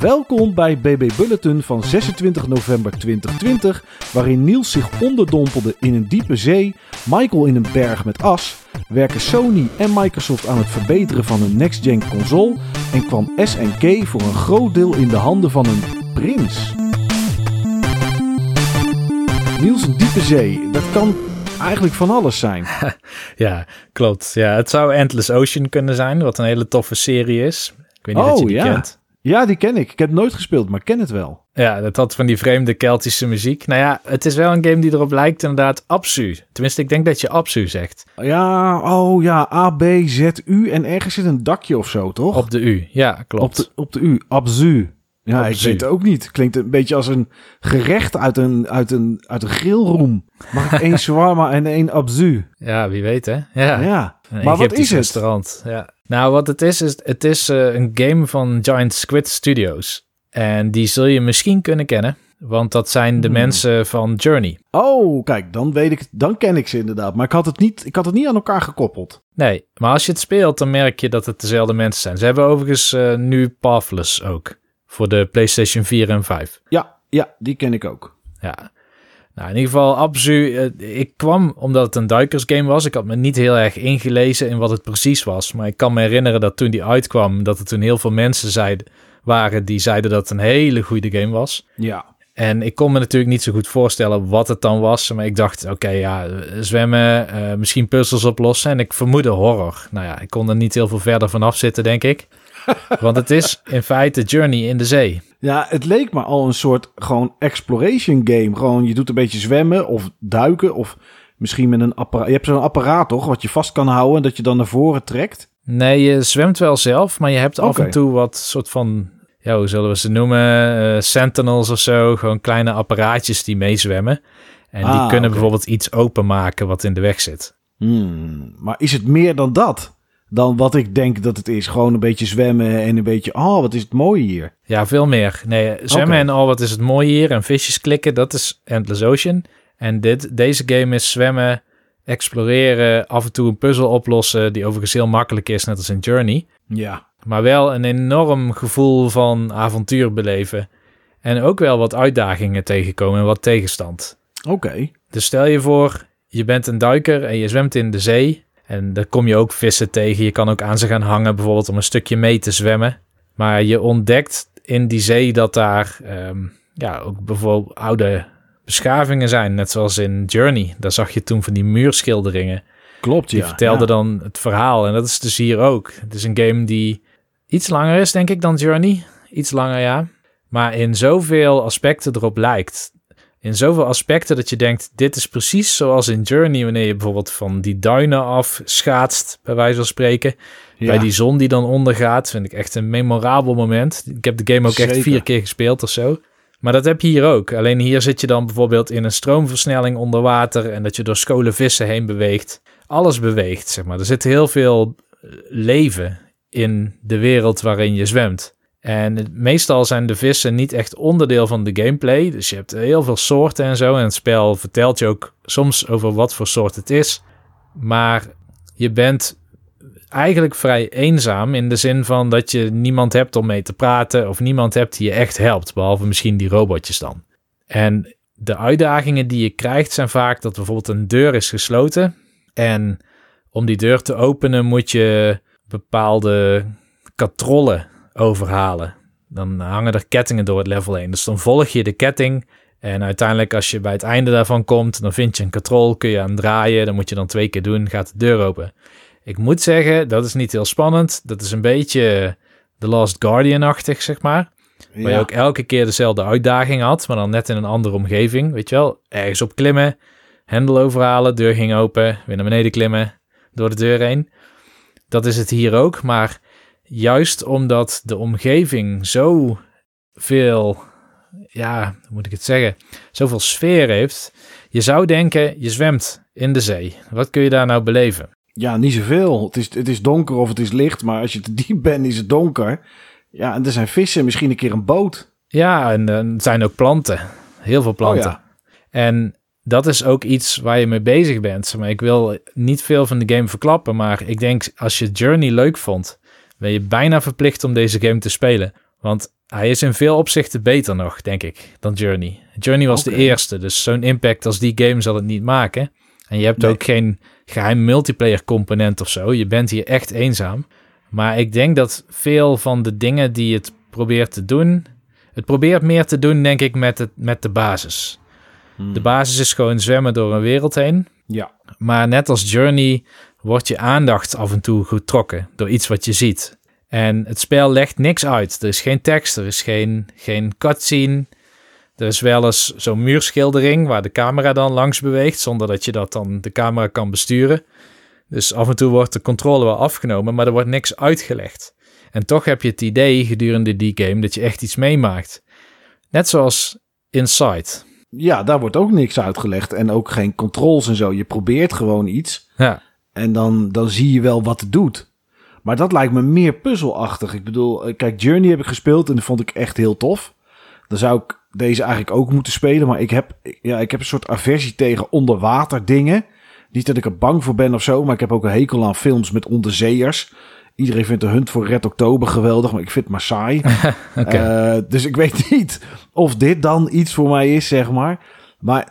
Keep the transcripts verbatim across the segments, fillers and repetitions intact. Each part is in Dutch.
Welkom bij B B Bulletin van zesentwintig november tweeduizend twintig, waarin Niels zich onderdompelde in een diepe zee, Michael in een berg met as, werken Sony en Microsoft aan het verbeteren van een next-gen console en kwam S N K voor een groot deel in de handen van een prins. Niels, een diepe zee, dat kan eigenlijk van alles zijn. Ja, klopt. Ja, het zou Endless Ocean kunnen zijn, wat een hele toffe serie is. Ik weet niet oh, of je die ja. kent. Ja, die ken ik. Ik heb het nooit gespeeld, maar ik ken het wel. Ja, dat had van die vreemde Keltische muziek. Nou ja, het is wel een game die erop lijkt inderdaad Abzu. Tenminste, ik denk dat je Abzu zegt. Ja, oh ja, A, B, Z, U en ergens zit een dakje of zo, toch? Op de U, ja, klopt. Op de, op de U, Abzu. Ja, Abzu. ik weet het ook niet. Klinkt een beetje als een gerecht uit een, uit een, uit een grillroom. Mag ik één shawarma en één Abzu? Ja, wie weet hè. Ja, Ja. Een Maar wat Egyptisch is het? restaurant. Ja. Nou, wat het is, is het is uh, een game van Giant Squid Studios. En die zul je misschien kunnen kennen, want dat zijn de Hmm. mensen van Journey. Oh, kijk, dan weet ik het, dan ken ik ze inderdaad. Maar ik had het niet, ik had het niet aan elkaar gekoppeld. Nee, maar als je het speelt, dan merk je dat het dezelfde mensen zijn. Ze hebben overigens uh, nu Pathless ook, voor de PlayStation vier en vijf. Ja, ja, die ken ik ook. Ja. Nou, in ieder geval, Abzu, uh, ik kwam omdat het een duikersgame was. Ik had me niet heel erg ingelezen in wat het precies was. Maar ik kan me herinneren dat toen die uitkwam, dat er toen heel veel mensen zeiden, waren die zeiden dat het een hele goede game was. Ja. En ik kon me natuurlijk niet zo goed voorstellen wat het dan was. Maar ik dacht, oké, okay, ja, zwemmen, uh, misschien puzzels oplossen. En ik vermoedde horror. Nou ja, ik kon er niet heel veel verder vanaf zitten, denk ik. Want het is in feite Journey in de zee. Ja, het leek me al een soort gewoon exploration game. Gewoon, je doet een beetje zwemmen of duiken of misschien met een apparaat. Je hebt zo'n apparaat toch, wat je vast kan houden en dat je dan naar voren trekt? Nee, je zwemt wel zelf, maar je hebt af Oké. en toe wat soort van, ja, hoe zullen we ze noemen, uh, sentinels of zo. Gewoon kleine apparaatjes die meezwemmen. En die Ah, kunnen oké. bijvoorbeeld iets openmaken wat in de weg zit. Hmm, maar is het meer dan dat? Dan wat ik denk dat het is. Gewoon een beetje zwemmen en een beetje, oh, wat is het mooi hier. Ja, veel meer. Nee, zwemmen Oké. en al wat is het mooi hier en visjes klikken, dat is Endless Ocean. En dit, deze game is zwemmen, exploreren, af en toe een puzzel oplossen, die overigens heel makkelijk is, net als in Journey. Ja. Maar wel een enorm gevoel van avontuur beleven. En ook wel wat uitdagingen tegenkomen en wat tegenstand. Oké. Dus stel je voor, je bent een duiker en je zwemt in de zee. En dan kom je ook vissen tegen. Je kan ook aan ze gaan hangen, bijvoorbeeld om een stukje mee te zwemmen. Maar je ontdekt in die zee dat daar um, ja, ook bijvoorbeeld oude beschavingen zijn. Net zoals in Journey. Daar zag je toen van die muurschilderingen. Klopt, ja. Die vertelde ja. dan het verhaal. En dat is dus hier ook. Het is een game die iets langer is, denk ik, dan Journey. Iets langer, ja. Maar in zoveel aspecten erop lijkt. In zoveel aspecten dat je denkt, dit is precies zoals in Journey, wanneer je bijvoorbeeld van die duinen af schaatst, bij wijze van spreken. Ja. Bij die zon die dan ondergaat, vind ik echt een memorabel moment. Ik heb de game ook Zeker. echt vier keer gespeeld of zo. Maar dat heb je hier ook. Alleen hier zit je dan bijvoorbeeld in een stroomversnelling onder water en dat je door scholen vissen heen beweegt. Alles beweegt, zeg maar. Er zit heel veel leven in de wereld waarin je zwemt. En meestal zijn de vissen niet echt onderdeel van de gameplay. Dus je hebt heel veel soorten en zo. En het spel vertelt je ook soms over wat voor soort het is. Maar je bent eigenlijk vrij eenzaam in de zin van dat je niemand hebt om mee te praten. Of niemand hebt die je echt helpt. Behalve misschien die robotjes dan. En de uitdagingen die je krijgt zijn vaak dat bijvoorbeeld een deur is gesloten. En om die deur te openen moet je bepaalde katrollen overhalen. Dan hangen er kettingen door het level heen. Dus dan volg je de ketting. En uiteindelijk als je bij het einde daarvan komt, dan vind je een katrol, kun je aan draaien. Dan moet je dan twee keer doen, gaat de deur open. Ik moet zeggen, dat is niet heel spannend. Dat is een beetje The Last Guardian-achtig, zeg maar. Ja. Waar je ook elke keer dezelfde uitdaging had, maar dan net in een andere omgeving. Weet je wel, ergens op klimmen, hendel overhalen, deur ging open, weer naar beneden klimmen, door de deur heen. Dat is het hier ook, maar juist omdat de omgeving zo veel, ja, hoe moet ik het zeggen, zoveel sfeer heeft. Je zou denken, je zwemt in de zee. Wat kun je daar nou beleven? Ja, niet zoveel. Het is, het is donker of het is licht, maar als je te diep bent is het donker. Ja, en er zijn vissen, misschien een keer een boot. Ja, en er zijn ook planten. Heel veel planten. Oh ja. En dat is ook iets waar je mee bezig bent. Maar ik wil niet veel van de game verklappen, maar ik denk als je Journey leuk vond, ben je bijna verplicht om deze game te spelen. Want hij is in veel opzichten beter nog, denk ik, dan Journey. Journey was okay. de eerste, dus zo'n impact als die game zal het niet maken. En je hebt nee. ook geen geheim multiplayer component of zo. Je bent hier echt eenzaam. Maar ik denk dat veel van de dingen die het probeert te doen... Het probeert meer te doen, denk ik, met, het, met de basis. Hmm. De basis is gewoon zwemmen door een wereld heen. Ja. Maar net als Journey wordt je aandacht af en toe getrokken door iets wat je ziet. En het spel legt niks uit. Er is geen tekst, er is geen, geen cutscene. Er is wel eens zo'n muurschildering waar de camera dan langs beweegt, zonder dat je dat dan de camera kan besturen. Dus af en toe wordt de controle wel afgenomen, maar er wordt niks uitgelegd. En toch heb je het idee gedurende die game dat je echt iets meemaakt. Net zoals Inside. Ja, daar wordt ook niks uitgelegd en ook geen controls en zo. Je probeert gewoon iets ja. en dan, dan zie je wel wat het doet. Maar dat lijkt me meer puzzelachtig. Ik bedoel, kijk, Journey heb ik gespeeld en dat vond ik echt heel tof. Dan zou ik deze eigenlijk ook moeten spelen, maar ik heb, ja, ik heb een soort aversie tegen onderwater dingen. Niet dat ik er bang voor ben of zo, maar ik heb ook een hekel aan films met onderzeeërs. Iedereen vindt de Hunt voor Red Oktober geweldig, maar ik vind het maar saai. okay. uh, dus ik weet niet of dit dan iets voor mij is, zeg maar. Maar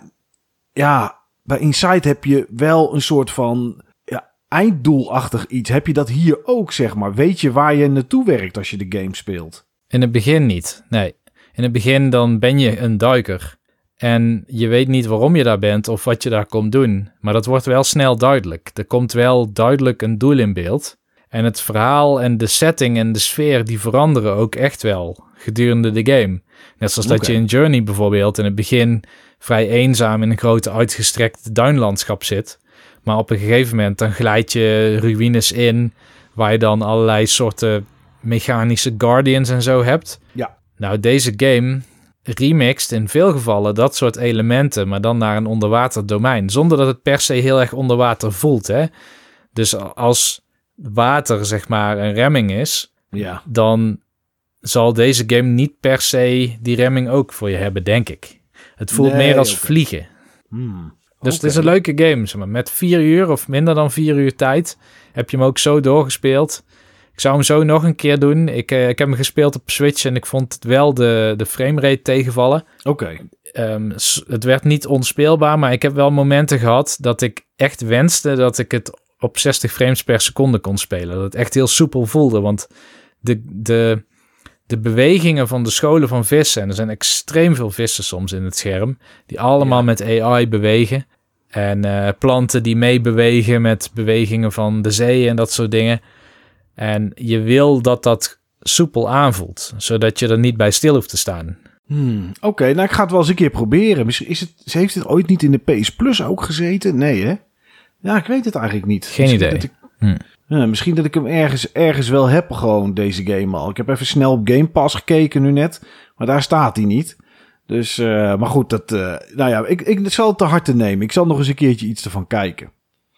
ja, bij Inside heb je wel een soort van ja, einddoelachtig iets. Heb je dat hier ook, zeg maar? Weet je waar je naartoe werkt als je de game speelt? In het begin niet, nee. In het begin dan ben je een duiker. En je weet niet waarom je daar bent of wat je daar komt doen. Maar dat wordt wel snel duidelijk. Er komt wel duidelijk een doel in beeld. En het verhaal en de setting en de sfeer die veranderen ook echt wel gedurende de game. Net zoals okay. dat je in Journey bijvoorbeeld in het begin vrij eenzaam in een grote uitgestrekte duinlandschap zit. Maar op een gegeven moment dan glijd je ruïnes in waar je dan allerlei soorten mechanische guardians en zo hebt. Ja. Nou, deze game remixt in veel gevallen dat soort elementen, maar dan naar een onderwater domein. Zonder dat het per se heel erg onderwater voelt, hè. Dus als water, zeg maar, een remming is, ja. dan zal deze game niet per se die remming ook voor je hebben, denk ik. Het voelt nee, meer als okay. vliegen. Hmm, dus okay. het is een leuke game, zeg maar. Met vier uur of minder dan vier uur tijd heb je hem ook zo doorgespeeld. Ik zou hem zo nog een keer doen. Ik, uh, ik heb hem gespeeld op Switch en ik vond het wel de, de framerate tegenvallen. Oké. Okay. Um, het werd niet onspeelbaar, maar ik heb wel momenten gehad dat ik echt wenste dat ik het op zestig frames per seconde kon spelen. Dat het echt heel soepel voelde, want de, de, de bewegingen van de scholen van vissen, en er zijn extreem veel vissen soms in het scherm, die allemaal ja. met A I bewegen. En uh, planten die meebewegen met bewegingen van de zee en dat soort dingen. En je wil dat dat soepel aanvoelt, zodat je er niet bij stil hoeft te staan. Hmm, Oké, okay, nou ik ga het wel eens een keer proberen. Misschien is het, heeft het ooit niet in de P S Plus ook gezeten? Nee, hè? Ja, ik weet het eigenlijk niet. Geen misschien idee. Dat ik, hm. ja, misschien dat ik hem ergens, ergens wel heb, gewoon deze game al. Ik heb even snel op Game Pass gekeken nu net, maar daar staat hij niet. Dus, uh, maar goed, dat, uh, nou ja, ik, ik zal het te harte nemen. Ik zal nog eens een keertje iets ervan kijken.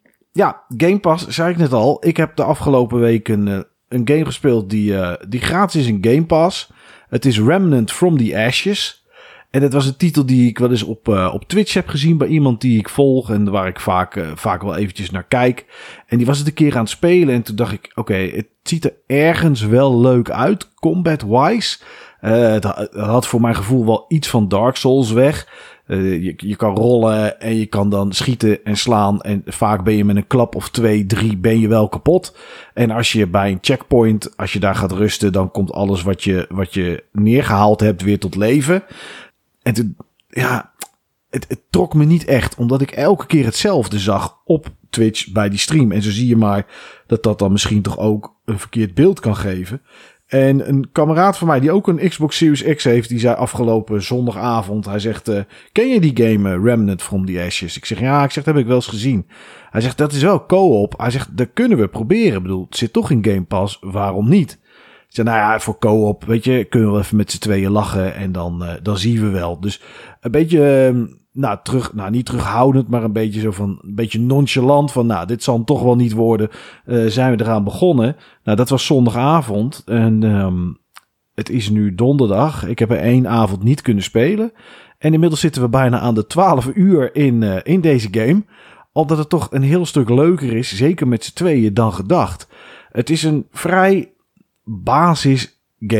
Ja, Game Pass, zei ik net al. Ik heb de afgelopen week een, uh, een game gespeeld die, uh, die gratis is in Game Pass. Het is Remnant from the Ashes. En het was een titel die ik wel eens op, uh, op Twitch heb gezien bij iemand die ik volg. En waar ik vaak, uh, vaak wel eventjes naar kijk. En die was het een keer aan het spelen. En toen dacht ik, oké, okay, het ziet er ergens wel leuk uit, combat-wise. Uh, het had voor mijn gevoel wel iets van Dark Souls weg. Uh, je, je kan rollen en je kan dan schieten en slaan. En vaak ben je met een klap of twee, drie ben je wel kapot. En als je bij een checkpoint, als je daar gaat rusten, dan komt alles wat je, wat je neergehaald hebt weer tot leven. En toen, ja, het, het trok me niet echt, omdat ik elke keer hetzelfde zag op Twitch bij die stream. En zo zie je maar dat dat dan misschien toch ook een verkeerd beeld kan geven. En een kameraad van mij die ook een Xbox Series X heeft, die zei afgelopen zondagavond, hij zegt, uh, ken je die game uh, Remnant from the Ashes? Ik zeg, ja, ik zeg, dat heb ik wel eens gezien. Hij zegt, dat is wel co-op. Hij zegt, dat kunnen we proberen. Ik bedoel, het zit toch in Game Pass, waarom niet? Ik zeg, nou ja, voor co-op, weet je, kunnen we even met z'n tweeën lachen en dan, uh, dan zien we wel. Dus een beetje, uh, nou, terug, nou, niet terughoudend, maar een beetje zo van, een beetje nonchalant van, nou, dit zal hem toch wel niet worden. Uh, zijn we eraan begonnen. Nou, dat was zondagavond en um, het is nu donderdag. Ik heb er één avond niet kunnen spelen. En inmiddels zitten we bijna aan de twaalf uur in, uh, in deze game. Omdat het toch een heel stuk leuker is, zeker met z'n tweeën, dan gedacht. Het is een vrij basis game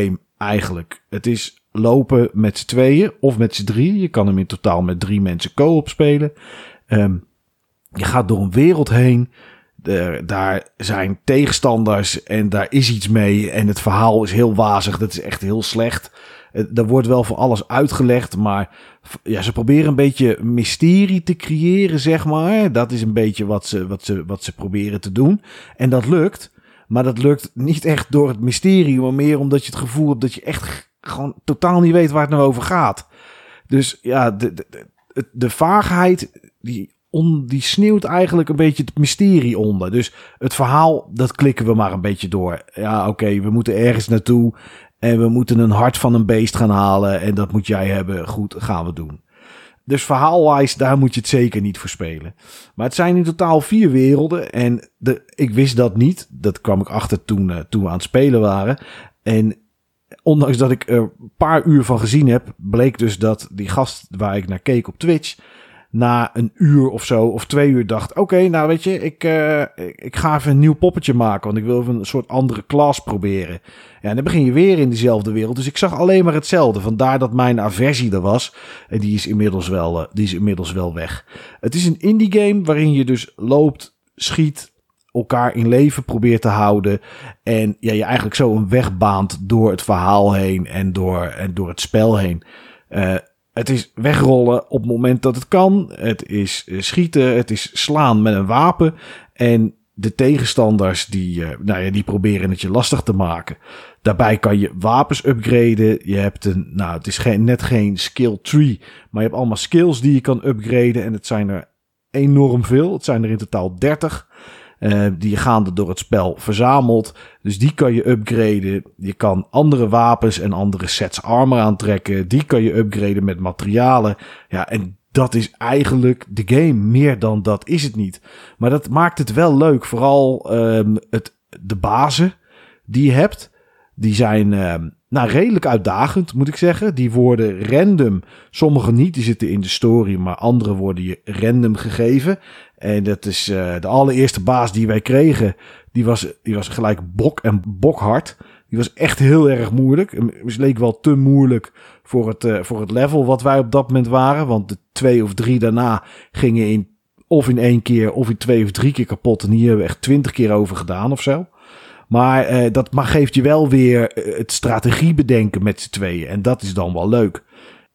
eigenlijk. Het is lopen met z'n tweeën of met z'n drieën. Je kan hem in totaal met drie mensen co-op spelen. Um, je gaat door een wereld heen. De, daar zijn tegenstanders en daar is iets mee. En het verhaal is heel wazig. Dat is echt heel slecht. Er wordt wel voor alles uitgelegd, maar ja, ze proberen een beetje mysterie te creëren, zeg maar. Dat is een beetje wat ze, wat ze, wat ze proberen te doen. En dat lukt, maar dat lukt niet echt door het mysterie, maar meer omdat je het gevoel hebt dat je echt gewoon totaal niet weet waar het nou over gaat. Dus ja, de, de, de, de vaagheid, die, on, die sneeuwt eigenlijk een beetje het mysterie onder. Dus het verhaal, dat klikken we maar een beetje door. Ja, oké, okay, we moeten ergens naartoe. En we moeten een hart van een beest gaan halen. En dat moet jij hebben. Goed, gaan we doen. Dus verhaalwijs, daar moet je het zeker niet voor spelen. Maar het zijn in totaal vier werelden. En de, ik wist dat niet. Dat kwam ik achter toen, uh, toen we aan het spelen waren. En ondanks dat ik er een paar uur van gezien heb, bleek dus dat die gast waar ik naar keek op Twitch, na een uur of zo, of twee uur dacht, oké, okay, nou weet je, ik, uh, ik ga even een nieuw poppetje maken, want ik wil even een soort andere klas proberen. Ja, en dan begin je weer in diezelfde wereld. Dus ik zag alleen maar hetzelfde. Vandaar dat mijn aversie er was. En die is inmiddels wel, uh, die is inmiddels wel weg. Het is een indie game waarin je dus loopt, schiet, elkaar in leven probeert te houden. En ja, je eigenlijk zo een weg baant door het verhaal heen en door, en door het spel heen. Uh, Het is wegrollen op het moment dat het kan. Het is schieten. Het is slaan met een wapen. En de tegenstanders die, uh, nou ja, die proberen het je lastig te maken. Daarbij kan je wapens upgraden. Je hebt een, nou, het is geen, net geen skill tree. Maar je hebt allemaal skills die je kan upgraden. En het zijn er enorm veel. Het zijn er in totaal dertig. Uh, die je gaande door het spel verzamelt. Dus die kan je upgraden. Je kan andere wapens en andere sets armor aantrekken. Die kan je upgraden met materialen. Ja, en dat is eigenlijk de game. Meer dan dat is het niet. Maar dat maakt het wel leuk. Vooral um, het, de bazen die je hebt. Die zijn um, nou, redelijk uitdagend, moet ik zeggen. Die worden random. Sommige niet, die zitten in de story. Maar andere worden je random gegeven. En dat is uh, de allereerste baas die wij kregen. Die was, die was gelijk bok en bokhard. Die was echt heel erg moeilijk. Het leek wel te moeilijk voor het, uh, voor het level wat wij op dat moment waren. Want de twee of drie daarna gingen in, of in één keer of in twee of drie keer kapot. En hier hebben we echt twintig keer over gedaan of zo. Maar uh, dat maar geeft je wel weer uh, het strategie bedenken met z'n tweeën. En dat is dan wel leuk.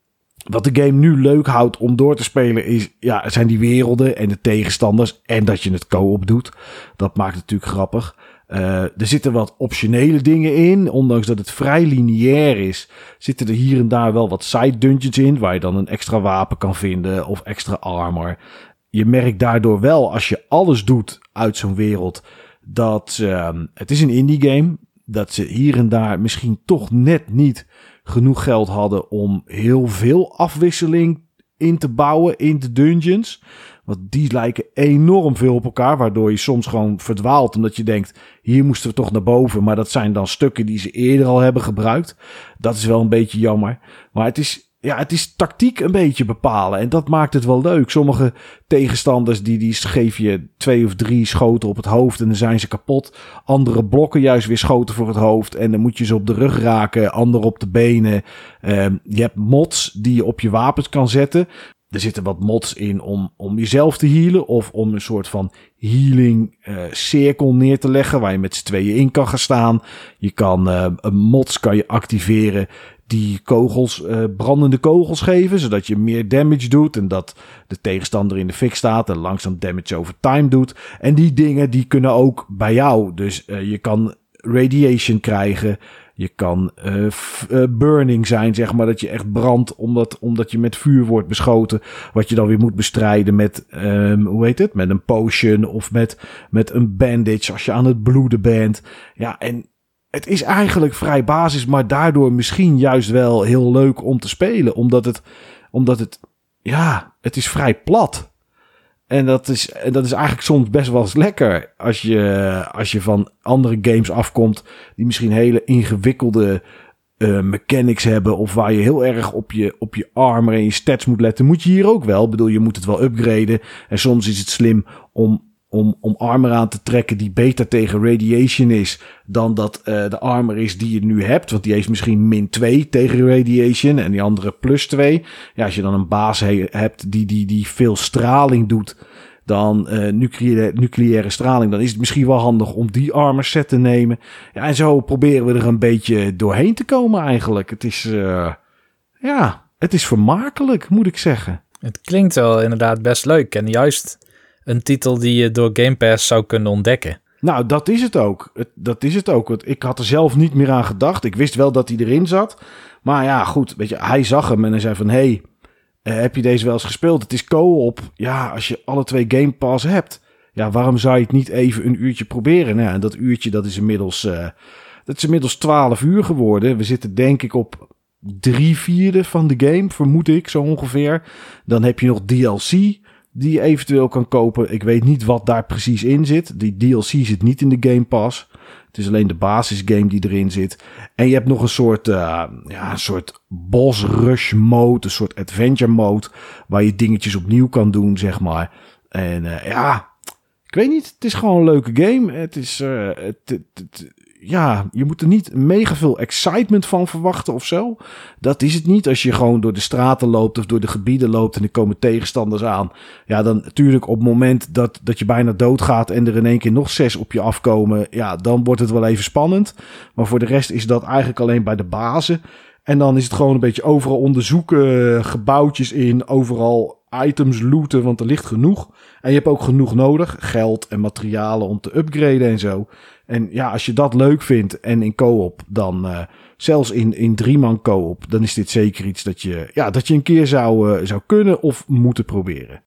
Wat de game nu leuk houdt om door te spelen is, ja, zijn die werelden en de tegenstanders. En dat je het co-op doet. Dat maakt het natuurlijk grappig. Uh, er zitten wat optionele dingen in. Ondanks dat het vrij lineair is, zitten er hier en daar wel wat side dungeons in. Waar je dan een extra wapen kan vinden of extra armor. Je merkt daardoor wel, als je alles doet uit zo'n wereld, dat uh, het is een indie game. Dat ze hier en daar misschien toch net niet genoeg geld hadden om heel veel afwisseling in te bouwen in de dungeons. Want die lijken enorm veel op elkaar, waardoor je soms gewoon verdwaalt. Omdat je denkt, hier moesten we toch naar boven. Maar dat zijn dan stukken die ze eerder al hebben gebruikt. Dat is wel een beetje jammer. Maar het is, ja, het is tactiek een beetje bepalen. En dat maakt het wel leuk. Sommige tegenstanders die, die geef je twee of drie schoten op het hoofd en dan zijn ze kapot. Andere blokken juist weer schoten voor het hoofd en dan moet je ze op de rug raken. Andere op de benen. Um, je hebt mods die je op je wapens kan zetten. Er zitten wat mods in om, om jezelf te healen of om een soort van healing uh, cirkel neer te leggen waar je met z'n tweeën in kan gaan staan. Je kan uh, mods kan je activeren die kogels, uh, brandende kogels geven, zodat je meer damage doet en dat de tegenstander in de fik staat en langzaam damage over time doet. En die dingen die kunnen ook bij jou. Dus uh, je kan radiation krijgen. Je kan uh, f- uh, burning zijn, zeg maar, dat je echt brandt omdat, omdat je met vuur wordt beschoten. Wat je dan weer moet bestrijden met, um, hoe heet het? Met een potion of met, met een bandage als je aan het bloeden bent. Ja, en het is eigenlijk vrij basis, maar daardoor misschien juist wel heel leuk om te spelen. Omdat het, omdat het, ja, het is vrij plat. En dat is, dat is eigenlijk soms best wel eens lekker als je, als je van andere games afkomt die misschien hele ingewikkelde uh, mechanics hebben of waar je heel erg op je, op je armor en je stats moet letten. Moet je hier ook wel. Ik bedoel, je moet het wel upgraden en soms is het slim om om, om armor aan te trekken die beter tegen radiation is dan dat uh, de armor is die je nu hebt. Want die heeft misschien min twee tegen radiation en die andere plus twee. Ja, als je dan een baas he- hebt die, die, die veel straling doet dan uh, nucleaire, nucleaire straling, dan is het misschien wel handig om die armor set te nemen. Ja, en zo proberen we er een beetje doorheen te komen eigenlijk. Het is, uh, ja, het is vermakelijk, moet ik zeggen. Het klinkt wel inderdaad best leuk en juist een titel die je door Game Pass zou kunnen ontdekken. Nou, dat is het ook. Het, dat is het ook. Ik had er zelf niet meer aan gedacht. Ik wist wel dat hij erin zat. Maar ja, goed. Weet je, hij zag hem en hij zei van, hey, uh, heb je deze wel eens gespeeld? Het is co-op. Ja, als je alle twee Game Pass hebt, ja, waarom zou je het niet even een uurtje proberen? Nou, en dat uurtje, dat is inmiddels, uh, dat is inmiddels twaalf uur geworden. We zitten denk ik op drie vierde van de game, vermoed ik, zo ongeveer. Dan heb je nog D L C die je eventueel kan kopen. Ik weet niet wat daar precies in zit. Die D L C zit niet in de Game Pass. Het is alleen de basisgame die erin zit. En je hebt nog een soort, uh, ja, een soort boss rush mode, een soort adventure mode, waar je dingetjes opnieuw kan doen, zeg maar. En uh, ja, ik weet niet. Het is gewoon een leuke game. Het is, uh, het, het, het, ja, je moet er niet mega veel excitement van verwachten of zo. Dat is het niet. Als je gewoon door de straten loopt of door de gebieden loopt en er komen tegenstanders aan. Ja, dan natuurlijk op het moment dat, dat je bijna doodgaat en er in één keer nog zes op je afkomen. Ja, dan wordt het wel even spannend. Maar voor de rest is dat eigenlijk alleen bij de bazen. En dan is het gewoon een beetje overal onderzoeken, gebouwtjes in, overal items looten, want er ligt genoeg. En je hebt ook genoeg nodig, geld en materialen om te upgraden en zo. En ja, als je dat leuk vindt en in co-op, dan uh, zelfs in, in drie-man co-op, dan is dit zeker iets dat je, ja, dat je een keer zou, uh, zou kunnen of moeten proberen.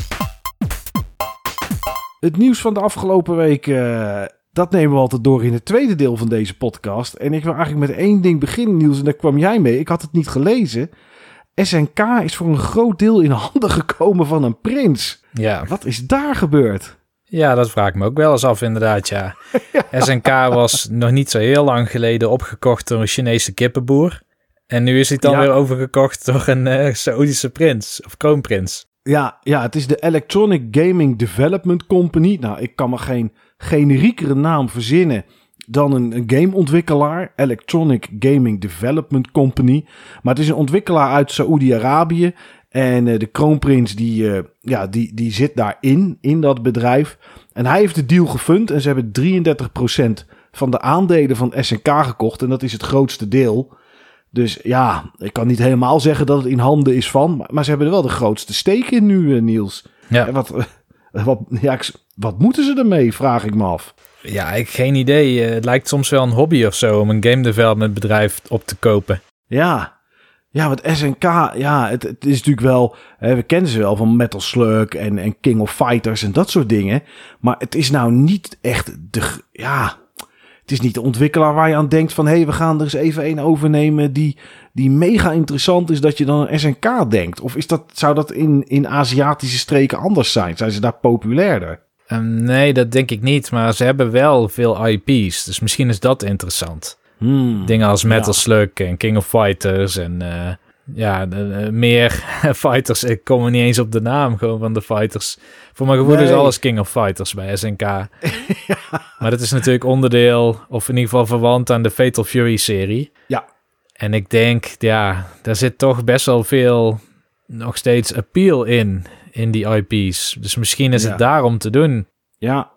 Het nieuws van de afgelopen week, uh, dat nemen we altijd door in het tweede deel van deze podcast. En ik wil eigenlijk met één ding beginnen, Niels, en daar kwam jij mee. Ik had het niet gelezen. S N K is voor een groot deel in handen gekomen van een prins. Ja. Wat is daar gebeurd? Ja, dat vraag ik me ook wel eens af inderdaad, ja. ja. S N K was nog niet zo heel lang geleden opgekocht door een Chinese kippenboer. En nu is hij dan ja. weer overgekocht door een uh, Saoedische prins, of kroonprins. Ja, ja, het is de Electronic Gaming Development Company. Nou, ik kan me geen generiekere naam verzinnen dan een, een gameontwikkelaar. Electronic Gaming Development Company. Maar het is een ontwikkelaar uit Saoedi-Arabië. En uh, de kroonprins die, uh, ja, die, die zit daarin, in dat bedrijf. En hij heeft de deal gefund. En ze hebben drieëndertig procent van de aandelen van S N K gekocht. En dat is het grootste deel. Dus ja, ik kan niet helemaal zeggen dat het in handen is van. Maar, maar ze hebben er wel de grootste steek in nu, uh, Niels. Ja. En wat, uh, wat, ja, ik, wat moeten ze ermee, vraag ik me af. Ja, ik geen idee. Uh, het lijkt soms wel een hobby of zo om een game development bedrijf op te kopen. Ja. Ja, want S N K, ja, het, het is natuurlijk wel, hè, we kennen ze wel van Metal Slug en, en King of Fighters en dat soort dingen. Maar het is nou niet echt de, ja, het is niet de ontwikkelaar waar je aan denkt van, hé, hey, we gaan er eens even een overnemen die, die mega interessant is dat je dan aan S N K denkt. Of is dat, zou dat in, in Aziatische streken anders zijn? Zijn ze daar populairder? Um, nee, dat denk ik niet, maar ze hebben wel veel I P's, dus misschien is dat interessant. Hmm, Dingen als Metal ja. Slug en King of Fighters en uh, ja, de, uh, meer fighters. Ik kom er niet eens op de naam gewoon van de fighters. Voor mijn gevoel nee. is alles King of Fighters bij S N K. ja. Maar dat is natuurlijk onderdeel, of in ieder geval verwant aan de Fatal Fury serie. Ja. En ik denk, ja, daar zit toch best wel veel nog steeds appeal in, in die I P's. Dus misschien is ja. het daarom te doen. Ja.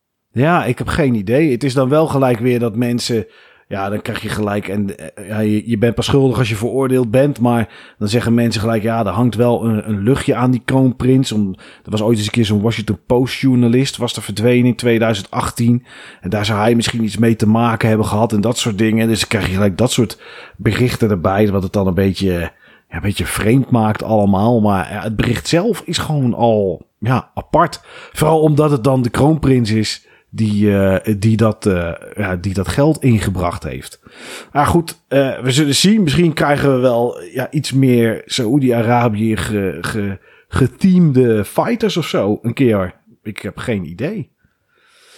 Ja, ik heb geen idee. Het is dan wel gelijk weer dat mensen, ja, dan krijg je gelijk, en ja, je, je bent pas schuldig als je veroordeeld bent, maar dan zeggen mensen gelijk, ja, er hangt wel een, een luchtje aan die kroonprins. Om, er was ooit eens een keer zo'n Washington Post journalist, was er verdwenen in twintig achttien. En daar zou hij misschien iets mee te maken hebben gehad en dat soort dingen. Dus dan krijg je gelijk dat soort berichten erbij, wat het dan een beetje, ja, een beetje vreemd maakt allemaal. Maar ja, het bericht zelf is gewoon al, ja, apart. Vooral omdat het dan de kroonprins is die, uh, die, dat, uh, ja, die dat geld ingebracht heeft. Maar goed, uh, we zullen zien. Misschien krijgen we wel ja, iets meer Saoedi-Arabië ge, ge, geteamde fighters of zo een keer. Ik heb geen idee.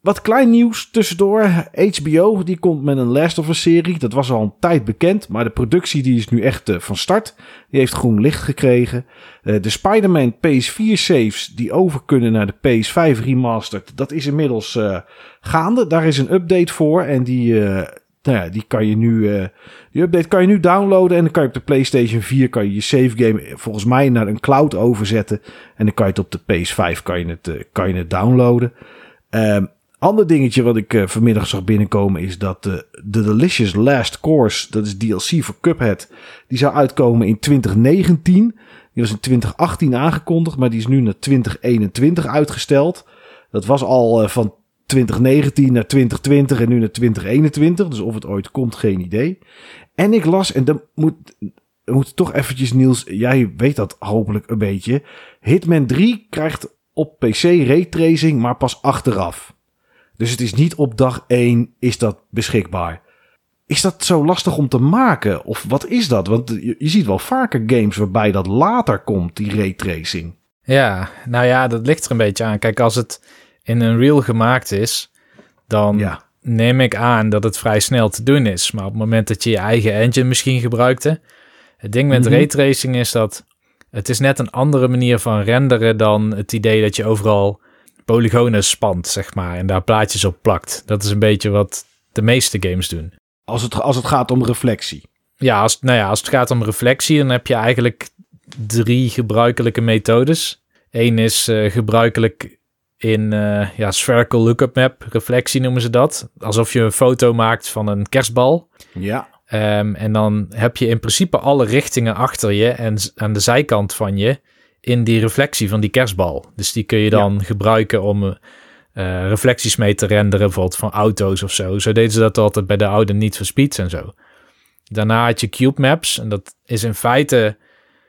Wat klein nieuws tussendoor. H B O die komt met een Last of Us serie. Dat was al een tijd bekend. Maar de productie die is nu echt uh, van start. Die heeft groen licht gekregen. Uh, de Spider-Man P S vier saves die over kunnen naar de P S vijf remastered. Dat is inmiddels uh, gaande. Daar is een update voor. En die, uh, nou ja, die kan je nu... Uh, die update kan je nu downloaden. En dan kan je op de PlayStation vier kan je je save game volgens mij naar een cloud overzetten. En dan kan je het op de P S vijf kan je het, uh, kan je het downloaden. Um, Ander dingetje wat ik uh, vanmiddag zag binnenkomen is dat uh, The Delicious Last Course, dat is D L C voor Cuphead, die zou uitkomen in twintig negentien. Die was in twintig achttien aangekondigd, maar die is nu naar twintig eenentwintig uitgesteld. Dat was al uh, van twintig negentien naar twintig twintig en nu naar twintig eenentwintig. Dus of het ooit komt, geen idee. En ik las, en dan moet, we moeten toch eventjes, Niels, jij weet dat hopelijk een beetje. Hitman drie krijgt op P C raytracing, maar pas achteraf. Dus het is niet op dag één is dat beschikbaar. Is dat zo lastig om te maken? Of wat is dat? Want je, je ziet wel vaker games waarbij dat later komt, die raytracing. Ja, nou ja, dat ligt er een beetje aan. Kijk, als het in Unreal gemaakt is, dan ja. neem ik aan dat het vrij snel te doen is. Maar op het moment dat je je eigen engine misschien gebruikte. Het ding met mm-hmm. raytracing is dat het is net een andere manier van renderen dan het idee dat je overal polygonen spant, zeg maar, en daar plaatjes op plakt. Dat is een beetje wat de meeste games doen. Als het, als het gaat om reflectie. Ja, als, nou ja, als het gaat om reflectie, dan heb je eigenlijk drie gebruikelijke methodes. Eén is uh, gebruikelijk in uh, ja, spherical lookup map, reflectie noemen ze dat. Alsof je een foto maakt van een kerstbal. Ja. Um, en dan heb je in principe alle richtingen achter je en aan de zijkant van je in die reflectie van die kerstbal. Dus die kun je dan ja. gebruiken om uh, reflecties mee te renderen, bijvoorbeeld van auto's of zo. Zo deden ze dat altijd bij de oude Need for Speeds en zo. Daarna had je cube maps en dat is in feite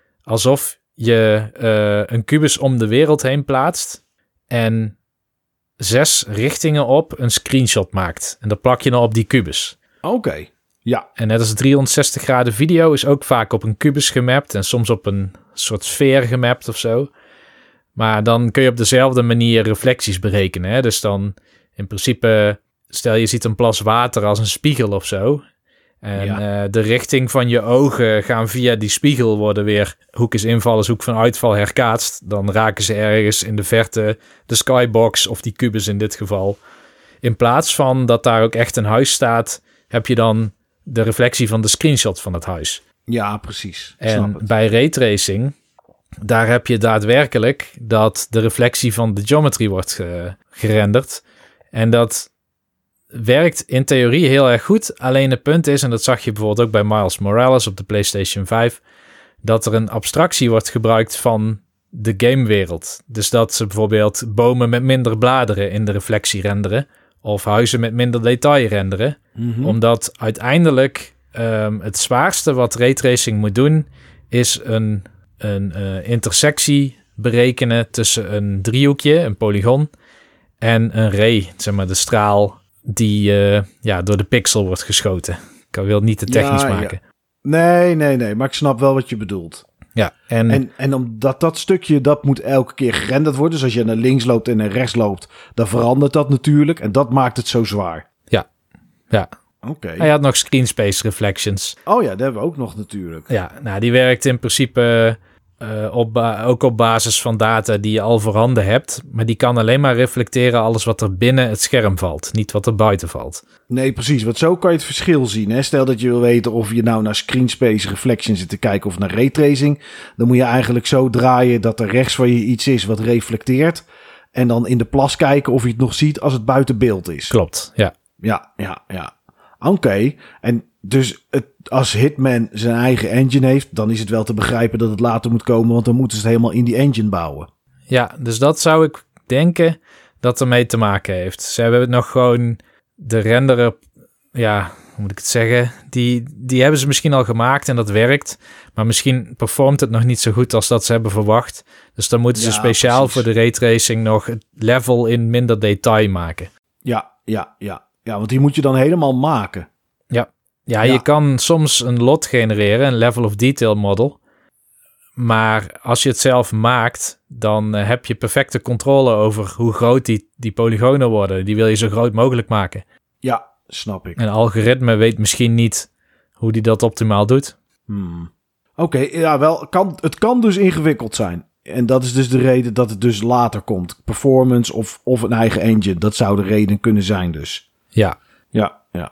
alsof je uh, een kubus om de wereld heen plaatst en zes richtingen op een screenshot maakt. En dat plak je dan op die kubus. Oké. Okay. Ja. En net als driehonderdzestig graden video is ook vaak op een kubus gemapt en soms op een soort sfeer gemapt of zo. Maar dan kun je op dezelfde manier reflecties berekenen. Hè? Dus dan in principe, stel je ziet een plas water als een spiegel of zo. En ja. uh, de richting van je ogen gaan via die spiegel worden weer hoek is inval is hoek van uitval herkaatst. Dan raken ze ergens in de verte de skybox of die kubus in dit geval. In plaats van dat daar ook echt een huis staat, heb je dan de reflectie van de screenshot van het huis. Ja, precies. En bij raytracing, daar heb je daadwerkelijk dat de reflectie van de geometry wordt ge- gerenderd. En dat werkt in theorie heel erg goed. Alleen het punt is, en dat zag je bijvoorbeeld ook bij Miles Morales op de PlayStation vijf, dat er een abstractie wordt gebruikt van de gamewereld. Dus dat ze bijvoorbeeld bomen met minder bladeren in de reflectie renderen, of huizen met minder detail renderen. Mm-hmm. Omdat uiteindelijk um, het zwaarste wat raytracing moet doen, is een, een uh, intersectie berekenen tussen een driehoekje, een polygon, en een ray, zeg maar de straal die uh, ja, door de pixel wordt geschoten. Ik wil het niet te technisch ja, maken. Ja. Nee, nee, nee, maar ik snap wel wat je bedoelt. Ja, en... En, en omdat dat stukje, dat moet elke keer gerenderd worden. Dus als je naar links loopt en naar rechts loopt, dan verandert dat natuurlijk. En dat maakt het zo zwaar. Ja, ja. Oké. Okay. Hij had nog screen space reflections. Oh ja, dat hebben we ook nog natuurlijk. Ja, nou die werkt in principe uh, op ba- ook op basis van data die je al voorhanden hebt. Maar die kan alleen maar reflecteren alles wat er binnen het scherm valt. Niet wat er buiten valt. Nee, precies. Want zo kan je het verschil zien. Hè? Stel dat je wil weten of je nou naar screen space reflection zit te kijken of naar raytracing. Dan moet je eigenlijk zo draaien dat er rechts van je iets is wat reflecteert. En dan in de plas kijken of je het nog ziet als het buiten beeld is. Klopt, ja. Ja, ja, ja. Oké. Okay. En dus het, als Hitman zijn eigen engine heeft, dan is het wel te begrijpen dat het later moet komen, want dan moeten ze het helemaal in die engine bouwen. Ja, dus dat zou ik denken dat ermee te maken heeft. Ze hebben nog gewoon de renderer, ja, hoe moet ik het zeggen, die, die hebben ze misschien al gemaakt en dat werkt, maar misschien performt het nog niet zo goed als dat ze hebben verwacht. Dus dan moeten ze ja, speciaal precies. voor de raytracing nog het level in minder detail maken. Ja, ja, ja. Ja, want die moet je dan helemaal maken. Ja. Ja, ja, je kan soms een lot genereren, een level of detail model. Maar als je het zelf maakt, dan uh, heb je perfecte controle over hoe groot die, die polygonen worden. Die wil je zo groot mogelijk maken. Ja, snap ik. Een algoritme weet misschien niet hoe die dat optimaal doet. Hmm. Oké, okay, ja, wel, kan, het kan dus ingewikkeld zijn. En dat is dus de reden dat het dus later komt. Performance of, of een eigen engine. Dat zou de reden kunnen zijn dus. Ja. Ja, ja.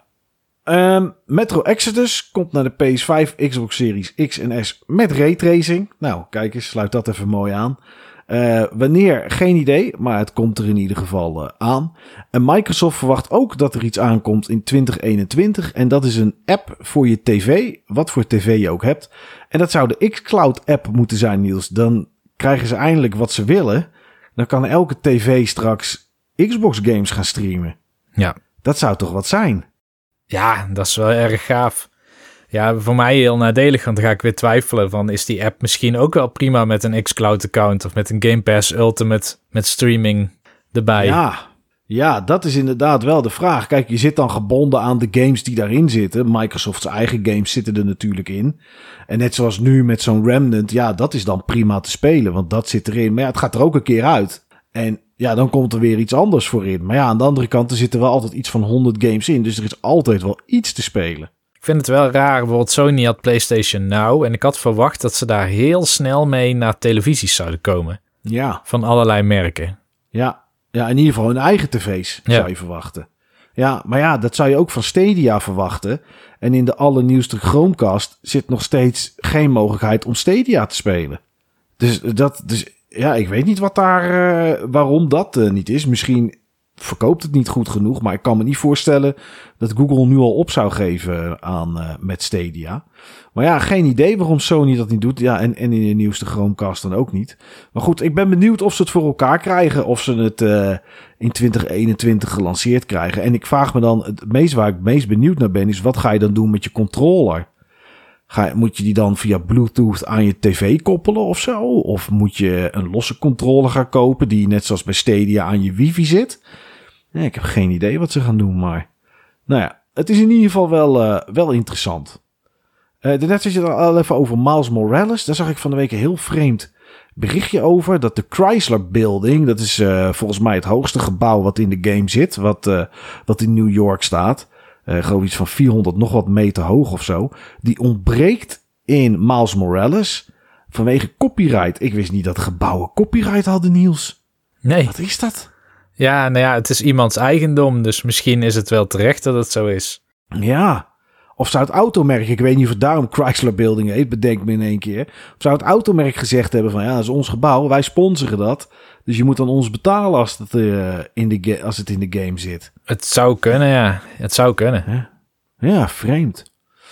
Um, Metro Exodus komt naar de P S vijf, Xbox Series X en S met raytracing. Nou, kijk eens, sluit dat even mooi aan. Uh, wanneer? Geen idee, maar het komt er in ieder geval uh, aan. En Microsoft verwacht ook dat er iets aankomt in twintig eenentwintig. En dat is een app voor je tv, wat voor tv je ook hebt. En dat zou de xCloud app moeten zijn, Niels. Dan krijgen ze eindelijk wat ze willen. Dan kan elke tv straks Xbox games gaan streamen. Ja. Dat zou toch wat zijn? Ja, dat is wel erg gaaf. Ja, voor mij heel nadelig, want dan ga ik weer twijfelen van, is die app misschien ook wel prima met een xCloud-account of met een Game Pass Ultimate met streaming erbij? Ja, ja, dat is inderdaad wel de vraag. Kijk, je zit dan gebonden aan de games die daarin zitten. Microsoft's eigen games zitten er natuurlijk in. En net zoals nu met zo'n Remnant, ja, dat is dan prima te spelen, want dat zit erin. Maar ja, het gaat er ook een keer uit. En ja, dan komt er weer iets anders voor in. Maar ja, aan de andere kant, er zitten wel altijd iets van honderd games in. Dus er is altijd wel iets te spelen. Ik vind het wel raar, bijvoorbeeld Sony had PlayStation Now. En ik had verwacht dat ze daar heel snel mee naar televisies zouden komen. Ja. Van allerlei merken. Ja, ja, in ieder geval hun eigen tv's ja. zou je verwachten. Ja, maar ja, dat zou je ook van Stadia verwachten. En in de allernieuwste Chromecast zit nog steeds geen mogelijkheid om Stadia te spelen. Dus dat... Dus ja, ik weet niet wat daar, uh, waarom dat uh, niet is. Misschien verkoopt het niet goed genoeg, maar ik kan me niet voorstellen dat Google nu al op zou geven aan uh, met Stadia. Maar ja, geen idee waarom Sony dat niet doet. Ja, en, en in de nieuwste Chromecast dan ook niet. Maar goed, ik ben benieuwd of ze het voor elkaar krijgen, of ze het uh, in twintig eenentwintig gelanceerd krijgen. En ik vraag me dan, het meest waar ik het meest benieuwd naar ben, is wat ga je dan doen met je controller? Ga, moet je die dan via Bluetooth aan je tv koppelen of zo? Of moet je een losse controller gaan kopen die net zoals bij Stadia aan je wifi zit? Ja, ik heb geen idee wat ze gaan doen, maar... Nou ja, het is in ieder geval wel, uh, wel interessant. Uh, net zat je er al even over Miles Morales. Daar zag ik van de week een heel vreemd berichtje over. Dat de Chrysler Building, dat is uh, volgens mij het hoogste gebouw wat in de game zit. Wat, uh, wat in New York staat. Uh, geloof iets van vierhonderd nog wat meter hoog of zo. Die ontbreekt in Miles Morales vanwege copyright. Ik wist niet dat gebouwen copyright hadden, Niels. Nee. Wat is dat? Ja, nou ja, het is iemands eigendom, dus misschien is het wel terecht dat het zo is. Ja. Of zou het automerk, ik weet niet of het daarom Chrysler Building heet, bedenk me in één keer. Of zou het automerk gezegd hebben van ja, dat is ons gebouw, wij sponsoren dat. Dus je moet dan ons betalen als het, uh, in de als het in de game zit. Het zou kunnen, ja. Het zou kunnen. Ja, ja vreemd.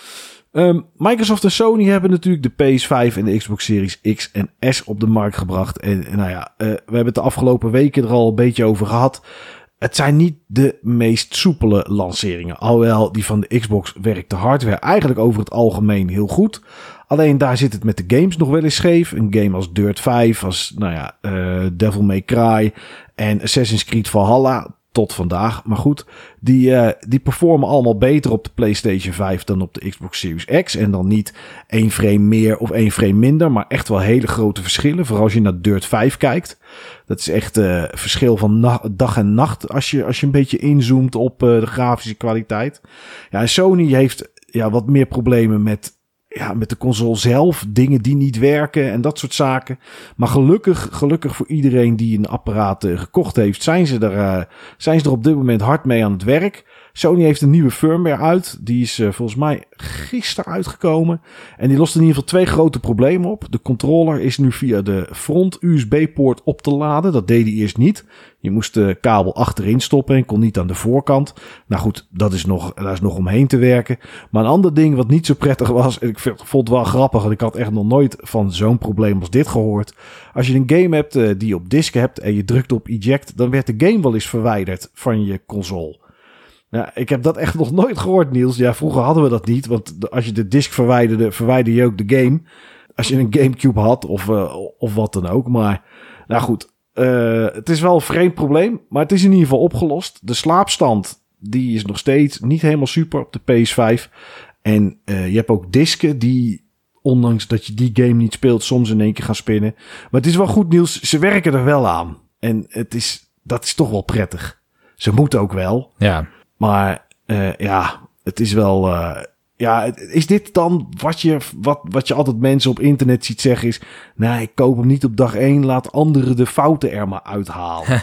Um, Microsoft en Sony hebben natuurlijk de P S vijf en de Xbox Series X en S op de markt gebracht. En, en nou ja, uh, we hebben het de afgelopen weken er al een beetje over gehad. Het zijn niet de meest soepele lanceringen. Alhoewel, die van de Xbox werkt de hardware eigenlijk over het algemeen heel goed. Alleen daar zit het met de games nog wel eens scheef. Een game als Dirt vijf, als nou ja, uh, Devil May Cry en Assassin's Creed Valhalla tot vandaag. Maar goed, die, uh, die performen allemaal beter op de PlayStation vijf dan op de Xbox Series X. En dan niet één frame meer of één frame minder, maar echt wel hele grote verschillen. Vooral als je naar Dirt vijf kijkt. Dat is echt een uh, verschil van na- dag en nacht als je, als je een beetje inzoomt op uh, de grafische kwaliteit. Ja, en Sony heeft ja, wat meer problemen met... Ja, met de console zelf, dingen die niet werken en dat soort zaken. Maar gelukkig, gelukkig voor iedereen die een apparaat uh, gekocht heeft, zijn ze, er, uh, zijn ze er op dit moment hard mee aan het werk. Sony heeft een nieuwe firmware uit. Die is uh, volgens mij gisteren uitgekomen. En die lost in ieder geval twee grote problemen op. De controller is nu via de front U S B-poort op te laden. Dat deed hij eerst niet. Je moest de kabel achterin stoppen en kon niet aan de voorkant. Nou goed, dat is nog, daar is nog omheen te werken. Maar een ander ding wat niet zo prettig was, en ik vond het wel grappig, want ik had echt nog nooit van zo'n probleem als dit gehoord. Als je een game hebt uh, die je op disk hebt en je drukt op eject, dan werd de game wel eens verwijderd van je console. Ja, ik heb dat echt nog nooit gehoord, Niels. Ja, vroeger hadden we dat niet, want als je de disk verwijderde, verwijder je ook de game. Als je een Gamecube had of, uh, of wat dan ook. Maar, nou goed, uh, het is wel een vreemd probleem, maar het is in ieder geval opgelost. De slaapstand, die is nog steeds niet helemaal super op de P S vijf. En uh, je hebt ook disken die ondanks dat je die game niet speelt, soms in één keer gaan spinnen. Maar het is wel goed nieuws. Ze werken er wel aan. En het is, dat is toch wel prettig. Ze moeten ook wel. Ja. Maar uh, ja, het is wel... Uh, ja, is dit dan wat je, wat, wat je altijd mensen op internet ziet zeggen is... Nee, ik koop hem niet op dag één. Laat anderen de fouten er maar uithalen.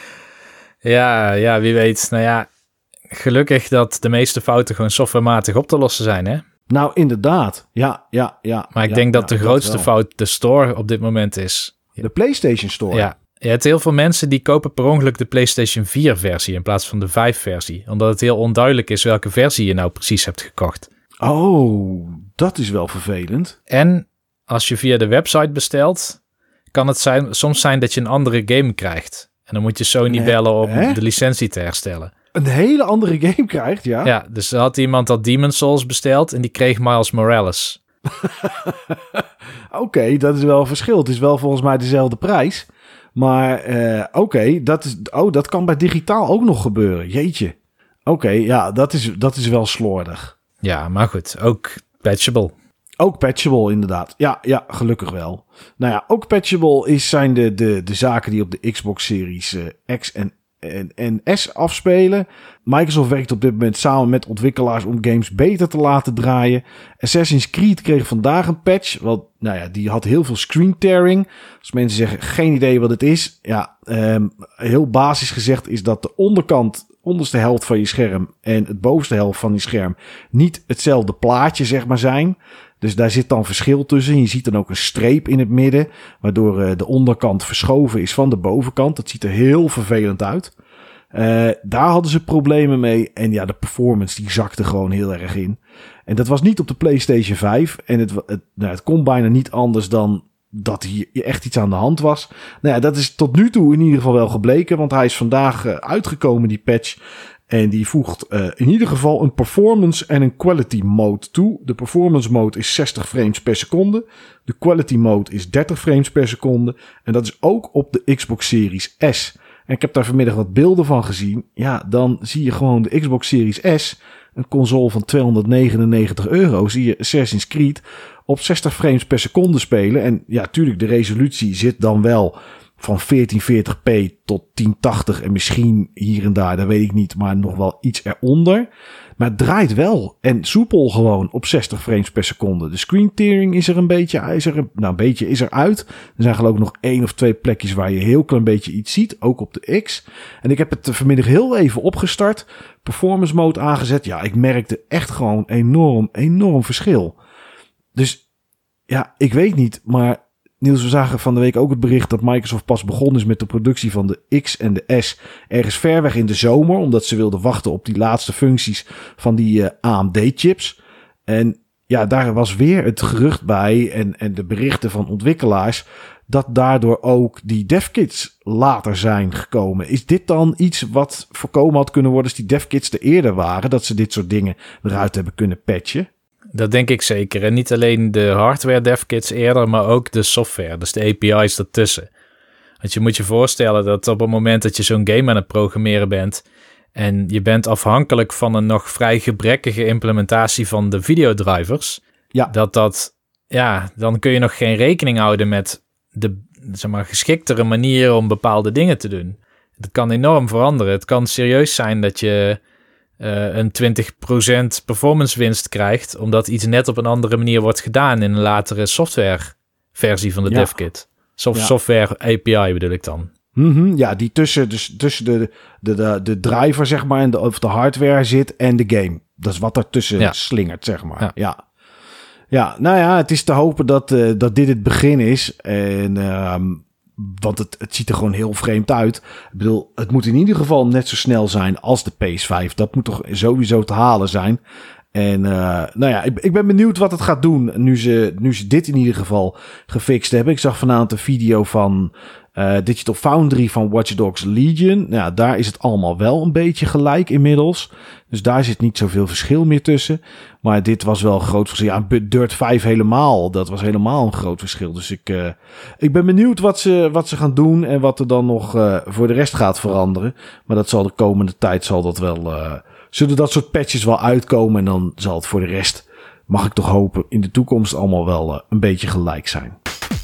ja, ja, wie weet. Nou ja, gelukkig dat de meeste fouten gewoon softwarematig op te lossen zijn, hè? Nou, inderdaad. Ja, ja, ja. Maar ik ja, denk dat ja, de grootste dat fout de store op dit moment is. De PlayStation Store. Ja. Je hebt heel veel mensen die kopen per ongeluk de PlayStation vier versie in plaats van de vijf versie. Omdat het heel onduidelijk is welke versie je nou precies hebt gekocht. Oh, dat is wel vervelend. En als je via de website bestelt, kan het zijn, soms zijn dat je een andere game krijgt. En dan moet je Sony nee, bellen om hè? de licentie te herstellen. Een hele andere game krijgt, ja? Ja, dus er had iemand dat Demon's Souls besteld en die kreeg Miles Morales. Oké, okay, dat is wel een verschil. Het is wel volgens mij dezelfde prijs. Maar uh, oké, okay, dat is, oh, dat kan bij digitaal ook nog gebeuren. Jeetje. Oké, okay, ja, dat is, dat is wel slordig. Ja, maar goed, ook patchable. Ook patchable, inderdaad. Ja, ja, gelukkig wel. Nou ja, ook patchable is, zijn de, de, de zaken die op de Xbox Series uh, X en, en, en S afspelen. Microsoft werkt op dit moment samen met ontwikkelaars om games beter te laten draaien. Assassin's Creed kreeg vandaag een patch. Want, nou ja, die had heel veel screen tearing. Als mensen zeggen, geen idee wat het is. Ja, um, heel basis gezegd is dat de onderkant... onderste helft van je scherm en het bovenste helft van je scherm niet hetzelfde plaatje, zeg maar, zijn. Dus daar zit dan verschil tussen. Je ziet dan ook een streep in het midden, waardoor uh, de onderkant verschoven is van de bovenkant. Dat ziet er heel vervelend uit. Uh, daar hadden ze problemen mee. En ja, de performance die zakte gewoon heel erg in. En dat was niet op de PlayStation vijf. En het, het, nou, het kon bijna niet anders dan dat hier echt iets aan de hand was. Nou ja, dat is tot nu toe in ieder geval wel gebleken. Want hij is vandaag uh, uitgekomen, die patch. En die voegt uh, in ieder geval een performance en een quality mode toe. De performance mode is zestig frames per seconde. De quality mode is dertig frames per seconde. En dat is ook op de Xbox Series S. En ik heb daar vanmiddag wat beelden van gezien. Ja, dan zie je gewoon de Xbox Series S, een console van tweehonderdnegenennegentig euro, zie je Assassin's Creed op zestig frames per seconde spelen. En ja, tuurlijk, de resolutie zit dan wel van veertien veertig p tot tien tachtig en misschien hier en daar, dat weet ik niet, maar nog wel iets eronder. Maar het draait wel en soepel gewoon op zestig frames per seconde. De screen tearing is er een beetje, is er, nou een beetje is er uit. Er zijn geloof ik nog één of twee plekjes waar je heel klein beetje iets ziet, ook op de X. En ik heb het vanmiddag heel even opgestart, performance mode aangezet. Ja, ik merkte echt gewoon enorm, enorm verschil. Dus ja, ik weet niet, maar Niels, we zagen van de week ook het bericht dat Microsoft pas begonnen is met de productie van de X en de S ergens ver weg in de zomer, omdat ze wilden wachten op die laatste functies van die uh, A M D-chips. En ja, daar was weer het gerucht bij en, en de berichten van ontwikkelaars dat daardoor ook die devkits later zijn gekomen. Is dit dan iets wat voorkomen had kunnen worden als die devkits er eerder waren, dat ze dit soort dingen eruit hebben kunnen patchen? Dat denk ik zeker. En niet alleen de hardware devkits eerder, maar ook de software. Dus de A P I's ertussen. Want je moet je voorstellen dat op het moment dat je zo'n game aan het programmeren bent en je bent afhankelijk van een nog vrij gebrekkige implementatie van de videodrivers, ja. dat dat, ja, dan kun je nog geen rekening houden met de, zeg maar, geschiktere manieren om bepaalde dingen te doen. Dat kan enorm veranderen. Het kan serieus zijn dat je Uh, een twintig procent performance winst krijgt, omdat iets net op een andere manier wordt gedaan in een latere software versie van de ja. devkit. Soft ja. Software A P I bedoel ik dan. Mm-hmm, ja, die tussen, dus, tussen de, de, de, de driver, zeg maar, en de, of de hardware zit en de game. Dat is wat daartussen ja. slingert, zeg maar. Ja. ja. Ja, nou ja, het is te hopen dat, uh, dat dit het begin is. En uh, want het, het ziet er gewoon heel vreemd uit. Ik bedoel, het moet in ieder geval net zo snel zijn als de P S vijf. Dat moet toch sowieso te halen zijn. En uh, nou ja, ik, ik ben benieuwd wat het gaat doen nu ze, nu ze dit in ieder geval gefixt hebben. Ik zag vanavond een video van uh, Digital Foundry van Watch Dogs Legion. Nou ja, daar is het allemaal wel een beetje gelijk inmiddels. Dus daar zit niet zoveel verschil meer tussen. Maar dit was wel een groot verschil. Ja, Dirt vijf helemaal. Dat was helemaal een groot verschil. Dus ik, uh, ik ben benieuwd wat ze, wat ze gaan doen en wat er dan nog uh, voor de rest gaat veranderen. Maar dat zal de komende tijd zal dat wel, uh, zullen dat soort patches wel uitkomen en dan zal het voor de rest mag ik toch hopen, in de toekomst allemaal wel uh, een beetje gelijk zijn.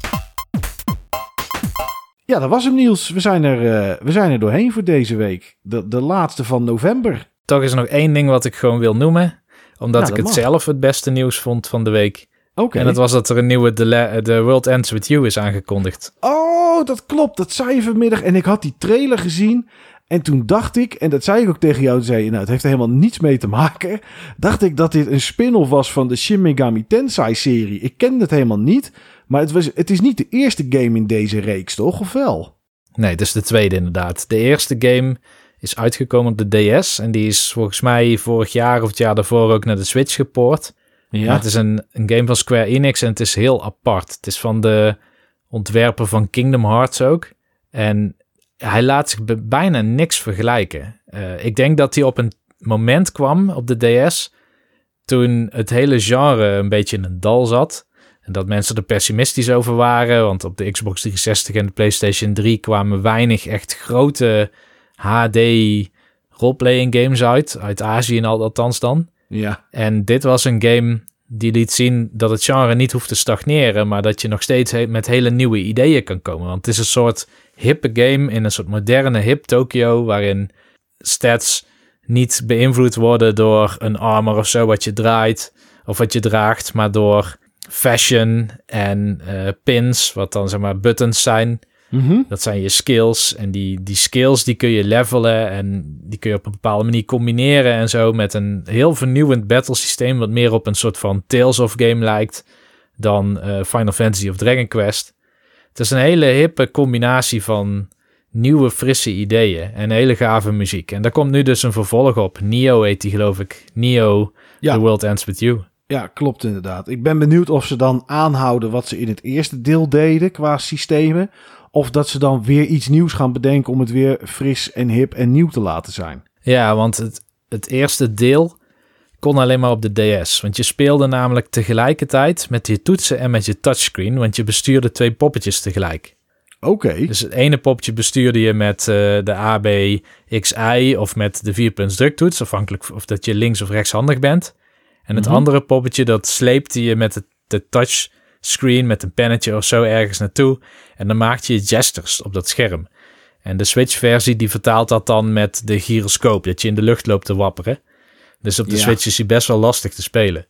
Ja, dat was hem, Niels. We zijn er, uh, we zijn er doorheen voor deze week. De, de laatste van november. Toch is er nog één ding wat ik gewoon wil noemen. Omdat nou, ik het mag. zelf het beste nieuws vond van de week. Oké. Okay. En dat was dat er een nieuwe The, La- The World Ends With You is aangekondigd. Oh, dat klopt. Dat zei je vanmiddag. En ik had die trailer gezien. En toen dacht ik, en dat zei ik ook tegen jou, zei je, nou, het heeft er helemaal niets mee te maken. Dacht ik dat dit een spin-off was van de Shin Megami Tensei-serie. Ik kende het helemaal niet. Maar het, was, het is niet de eerste game in deze reeks, toch? Of wel? Nee, het is de tweede inderdaad. De eerste game is uitgekomen op de D S. En die is volgens mij vorig jaar of het jaar daarvoor ook naar de Switch gepoord. Ja. Maar het is een, een game van Square Enix en het is heel apart. Het is van de ontwerper van Kingdom Hearts ook. En hij laat zich bij bijna niks vergelijken. Uh, ik denk dat hij op een moment kwam op de D S toen het hele genre een beetje in een dal zat. En dat mensen er pessimistisch over waren. Want op de Xbox driehonderdzestig en de PlayStation drie kwamen weinig echt grote H D roleplaying games uit. Uit Azië en al althans dan. Ja. En dit was een game die liet zien dat het genre niet hoeft te stagneren. Maar dat je nog steeds he- met hele nieuwe ideeën kan komen. Want het is een soort hippe game in een soort moderne hip Tokyo. Waarin stats niet beïnvloed worden door een armor of zo wat je draait. Of wat je draagt. Maar door fashion en uh, pins. Wat dan zeg maar buttons zijn. Mm-hmm. Dat zijn je skills. En die, die skills die kun je levelen. En die kun je op een bepaalde manier combineren. En zo met een heel vernieuwend battlesysteem. Wat meer op een soort van Tales of game lijkt. Dan uh, Final Fantasy of Dragon Quest. Het is een hele hippe combinatie van nieuwe frisse ideeën. En hele gave muziek. En daar komt nu dus een vervolg op. Neo heet die geloof ik. Neo, ja. The World Ends With You. Ja, klopt inderdaad. Ik ben benieuwd of ze dan aanhouden wat ze in het eerste deel deden qua systemen. Of dat ze dan weer iets nieuws gaan bedenken om het weer fris en hip en nieuw te laten zijn. Ja, want het, het eerste deel kon alleen maar op de D S. Want je speelde namelijk tegelijkertijd met je toetsen en met je touchscreen. Want je bestuurde twee poppetjes tegelijk. Oké. Okay. Dus het ene poppetje bestuurde je met uh, de A B X Y of met de vierpunts druktoets. Afhankelijk of dat je links- of rechtshandig bent. En het mm-hmm. andere poppetje, dat sleepte je met de, de touchscreen, met een pennetje of zo ergens naartoe. En dan maakte je gestures op dat scherm. En de Switch-versie die vertaalt dat dan met de gyroscoop, dat je in de lucht loopt te wapperen. Dus op de ja. Switch is die best wel lastig te spelen.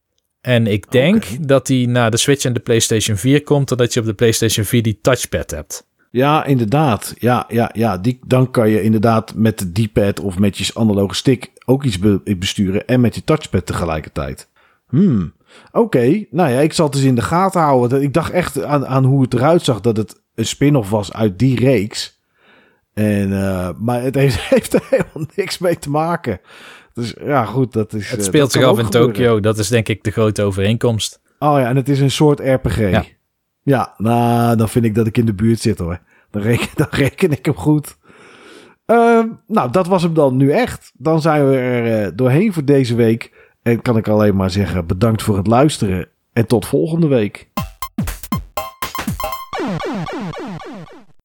En ik denk okay. dat die naar de Switch en de PlayStation vier komt, doordat je op de PlayStation vier die touchpad hebt. Ja, inderdaad. Ja, ja, ja. Die, dan kan je inderdaad met de D-pad of met je analoge stick ook iets be- besturen en met je touchpad tegelijkertijd. Hmm. Oké, okay. Nou ja, ik zal het eens in de gaten houden. Ik dacht echt aan, aan hoe het eruit zag dat het een spin-off was uit die reeks. En, uh, maar het heeft, heeft er helemaal niks mee te maken. Dus ja, goed, dat is... Het speelt zich af in Tokyo. Dat is denk ik de grote overeenkomst. Oh ja, en het is een soort R P G. Ja, ja nou, dan vind ik dat ik in de buurt zit hoor. Dan reken, dan reken ik hem goed. Uh, nou, dat was hem dan nu echt. Dan zijn we er uh, doorheen voor deze week. En kan ik alleen maar zeggen, bedankt voor het luisteren. En tot volgende week.